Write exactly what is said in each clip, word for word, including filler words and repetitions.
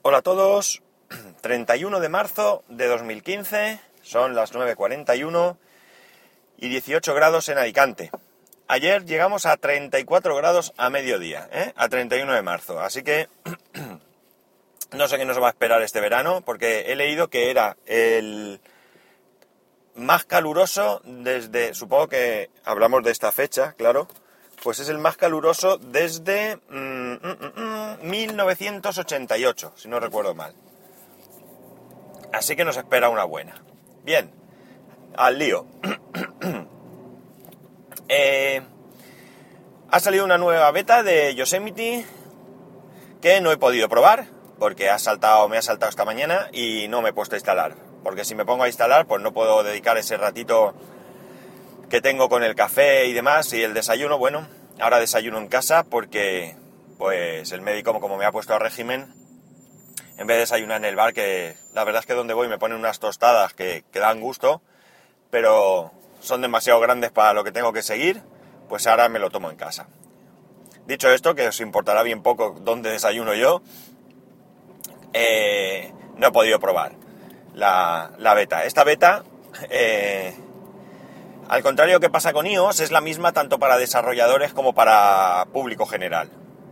Hola a todos, treinta y uno de marzo de dos mil quince, son las nueve cuarenta y uno y dieciocho grados en Alicante. Ayer llegamos a treinta y cuatro grados a mediodía, ¿eh? a treinta y uno de marzo, así que no sé qué nos va a esperar este verano, porque he leído que era el más caluroso desde, supongo que hablamos de esta fecha, claro, pues es el más caluroso desde mm, mm, mm, mil novecientos ochenta y ocho, si no recuerdo mal. Así que nos espera una buena. Bien, al lío. eh, ha salido una nueva beta de Yosemite que no he podido probar porque ha saltado, me ha saltado esta mañana y no me he puesto a instalar. Porque si me pongo a instalar, pues no puedo dedicar ese ratito que tengo con el café y demás y el desayuno. Bueno, ahora desayuno en casa porque pues el médico, como me ha puesto a régimen, en vez de desayunar en el bar, que la verdad es que donde voy me ponen unas tostadas que, que dan gusto, pero son demasiado grandes para lo que tengo que seguir, pues ahora me lo tomo en casa. Dicho esto, que os importará bien poco dónde desayuno yo, eh, no he podido probar la, la beta. Esta beta... Eh, Al contrario que pasa con iOS, es la misma tanto para desarrolladores como para público general.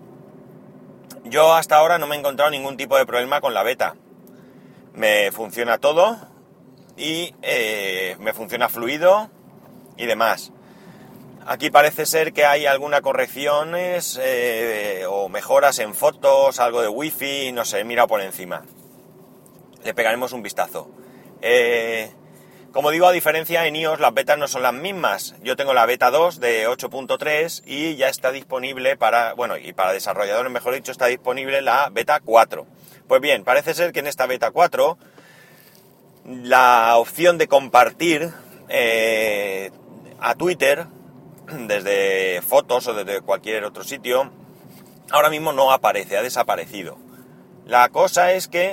Yo hasta ahora no me he encontrado ningún tipo de problema con la beta. Me funciona todo y eh, me funciona fluido y demás. Aquí parece ser que hay algunas correcciones eh, o mejoras en fotos, algo de wifi, no sé, he mirado por encima. Le pegaremos un vistazo. Eh... Como digo, a diferencia en iOS las betas no son las mismas. Yo tengo la beta dos de ocho punto tres y ya está disponible para, bueno, y para desarrolladores, mejor dicho, está disponible la beta cuatro. Pues bien, parece ser que en esta beta cuatro la opción de compartir eh, a Twitter desde fotos o desde cualquier otro sitio ahora mismo no aparece, ha desaparecido. La cosa es que...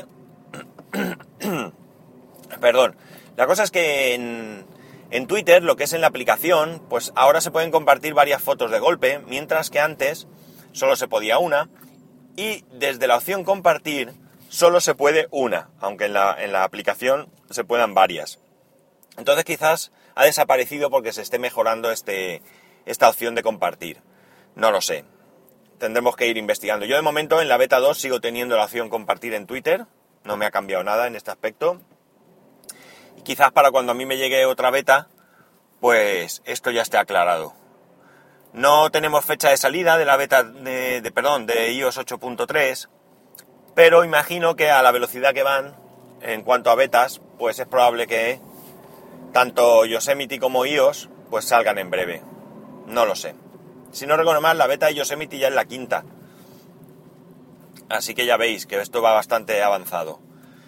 Perdón. La cosa es que en, en Twitter, lo que es en la aplicación, pues ahora se pueden compartir varias fotos de golpe, mientras que antes solo se podía una, y desde la opción compartir solo se puede una, aunque en la, en la aplicación se puedan varias. Entonces quizás ha desaparecido porque se esté mejorando este, esta opción de compartir. No lo sé. Tendremos que ir investigando. Yo de momento en la beta dos sigo teniendo la opción compartir en Twitter, no me ha cambiado nada en este aspecto. Quizás para cuando a mí me llegue otra beta, pues esto ya esté aclarado. No tenemos fecha de salida de la beta de, de perdón, de iOS ocho punto tres, pero imagino que a la velocidad que van en cuanto a betas, pues es probable que tanto Yosemite como iOS pues salgan en breve. No lo sé. Si no recuerdo mal, la beta de Yosemite ya es la quinta. Así que ya veis que esto va bastante avanzado.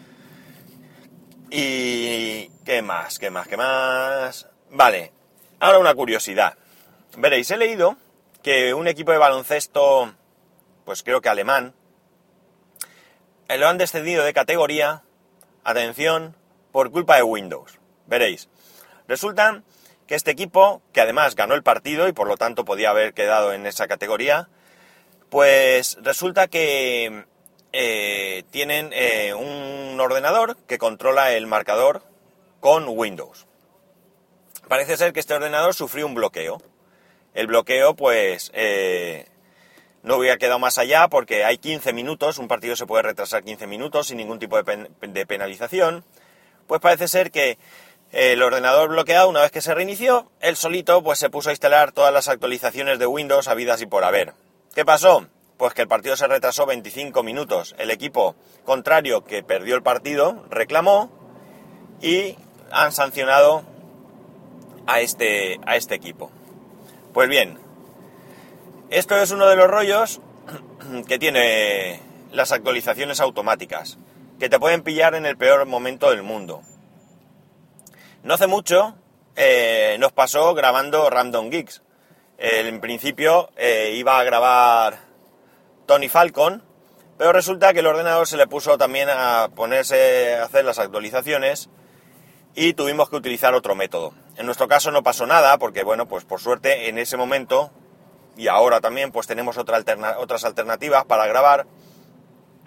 Y... ¿qué más? ¿Qué más? ¿Qué más? Vale, ahora una curiosidad. Veréis, he leído que un equipo de baloncesto, pues creo que alemán, lo han descendido de categoría, atención, por culpa de Windows. Veréis, resulta que este equipo, que además ganó el partido y por lo tanto podía haber quedado en esa categoría, pues resulta que... Eh, tienen eh, un ordenador que controla el marcador con Windows. Parece ser que este ordenador sufrió un bloqueo. El bloqueo pues eh, no hubiera quedado más allá porque hay quince minutos, un partido se puede retrasar quince minutos sin ningún tipo de, pen, de penalización. Pues parece ser que el ordenador bloqueado, una vez que se reinició, él solito pues se puso a instalar todas las actualizaciones de Windows habidas y por haber. ¿Qué pasó? Pues que el partido se retrasó veinticinco minutos. El equipo contrario que perdió el partido reclamó y han sancionado a este, a este equipo. Pues bien, esto es uno de los rollos que tiene las actualizaciones automáticas, que te pueden pillar en el peor momento del mundo. No hace mucho eh, nos pasó grabando Random Geeks. Eh, en principio eh, iba a grabar Tony Falcon, pero resulta que el ordenador se le puso también a ponerse a hacer las actualizaciones y tuvimos que utilizar otro método. En nuestro caso no pasó nada porque, bueno, pues por suerte en ese momento y ahora también pues tenemos otra alterna- otras alternativas para grabar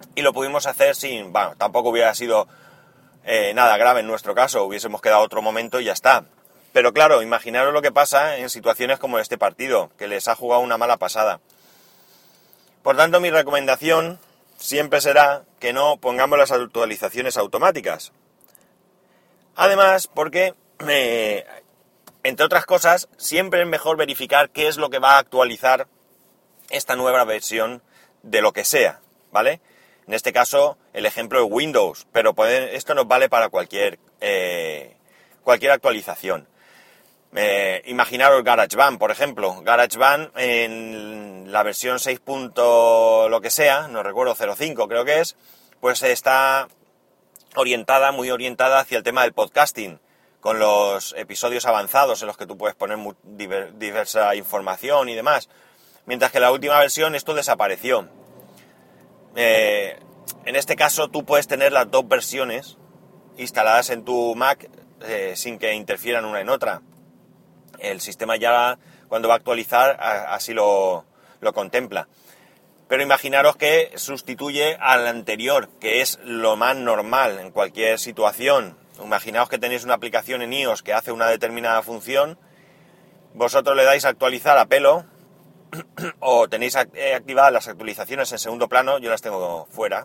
y lo pudimos hacer sin, bueno, tampoco hubiera sido eh, nada grave en nuestro caso, hubiésemos quedado otro momento y ya está. Pero claro, imaginaros lo que pasa en situaciones como este partido, que les ha jugado una mala pasada. Por tanto, mi recomendación siempre será que no pongamos las actualizaciones automáticas. Además, porque, eh, entre otras cosas, siempre es mejor verificar qué es lo que va a actualizar esta nueva versión de lo que sea, ¿vale? En este caso, el ejemplo es Windows, pero puede, esto nos vale para cualquier, eh, cualquier actualización. Eh, imaginaros GarageBand, por ejemplo. GarageBand en la versión seis. Lo que sea, no recuerdo, cero punto cinco creo que es, pues está orientada, muy orientada hacia el tema del podcasting, con los episodios avanzados en los que tú puedes poner muy, diver, diversa información y demás. Mientras que en la última versión esto desapareció. Eh, en este caso tú puedes tener las dos versiones instaladas en tu Mac eh, sin que interfieran una en otra. El sistema ya cuando va a actualizar así lo, lo contempla. Pero imaginaros que sustituye al anterior, que es lo más normal en cualquier situación. Imaginaos que tenéis una aplicación en iOS que hace una determinada función, vosotros le dais a actualizar a pelo, o tenéis activadas las actualizaciones en segundo plano, yo las tengo fuera.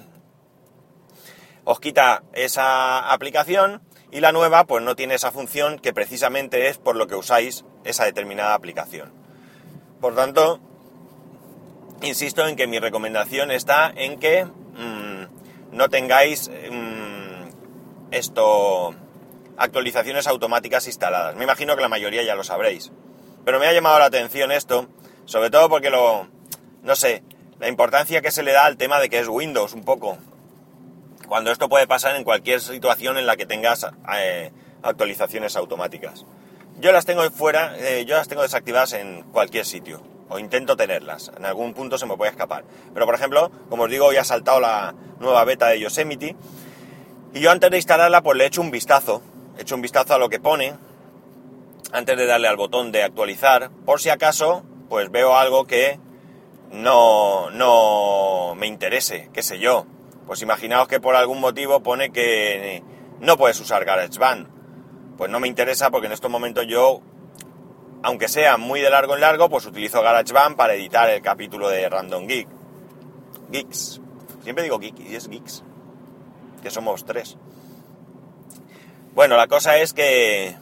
Os quita esa aplicación y la nueva pues no tiene esa función que precisamente es por lo que usáis esa determinada aplicación. Por tanto, insisto en que mi recomendación está en que mmm, no tengáis mmm, esto actualizaciones automáticas instaladas. Me imagino que la mayoría ya lo sabréis. Pero me ha llamado la atención esto, sobre todo porque lo, no sé, la importancia que se le da al tema de que es Windows un poco. Cuando esto puede pasar en cualquier situación en la que tengas eh, actualizaciones automáticas. Yo las tengo fuera, eh, yo las tengo desactivadas en cualquier sitio, o intento tenerlas, en algún punto se me puede escapar. Pero por ejemplo, como os digo, hoy ha saltado la nueva beta de Yosemite, y yo antes de instalarla pues le he hecho un vistazo, he hecho un vistazo a lo que pone, antes de darle al botón de actualizar, por si acaso, pues veo algo que no, no me interese, qué sé yo. Pues imaginaos que por algún motivo pone que no puedes usar GarageBand. Pues no me interesa porque en estos momentos yo, aunque sea muy de largo en largo, pues utilizo GarageBand para editar el capítulo de Random Geek. Geeks. Siempre digo geek y es geeks. Que somos tres. Bueno, la cosa es que...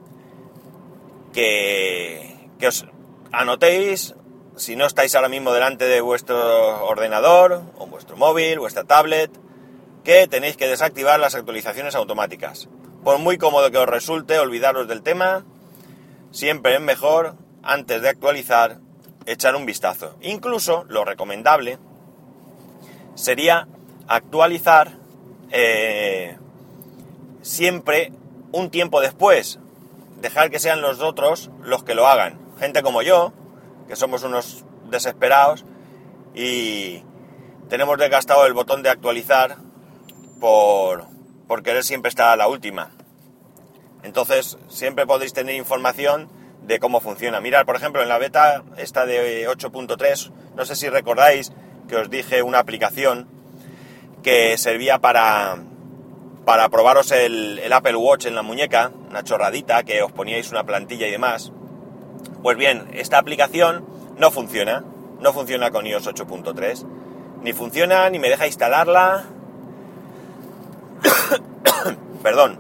Que... Que os anotéis... Si no estáis ahora mismo delante de vuestro ordenador, o vuestro móvil, vuestra tablet, que tenéis que desactivar las actualizaciones automáticas. Por muy cómodo que os resulte olvidaros del tema, siempre es mejor, antes de actualizar, echar un vistazo. Incluso, lo recomendable sería actualizar eh, siempre un tiempo después. Dejar que sean los otros los que lo hagan. Gente como yo, que somos unos desesperados y tenemos desgastado el botón de actualizar por, por querer siempre estar a la última. Entonces siempre podéis tener información de cómo funciona. Mirad, por ejemplo, en la beta esta de ocho punto tres, no sé si recordáis que os dije una aplicación que servía para, para probaros el, el Apple Watch en la muñeca, una chorradita que os poníais una plantilla y demás. Pues bien, esta aplicación no funciona, no funciona con iOS ocho punto tres, ni funciona, ni me deja instalarla, perdón,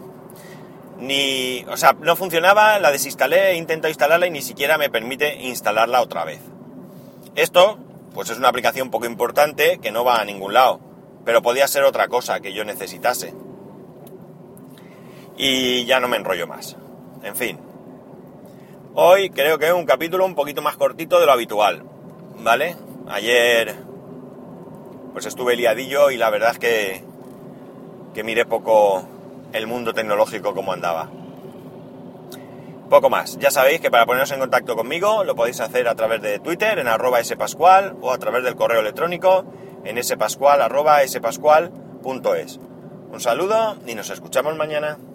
ni, o sea, no funcionaba, la desinstalé, he intentado instalarla y ni siquiera me permite instalarla otra vez. Esto, pues es una aplicación poco importante que no va a ningún lado, pero podía ser otra cosa que yo necesitase. Y ya no me enrollo más, en fin. Hoy creo que es un capítulo un poquito más cortito de lo habitual, ¿vale? Ayer pues estuve liadillo y la verdad es que, que miré poco el mundo tecnológico como andaba. Poco más. Ya sabéis que para poneros en contacto conmigo lo podéis hacer a través de Twitter en arroba spascual o a través del correo electrónico en spascual arroba spascual punto es. Un saludo y nos escuchamos mañana.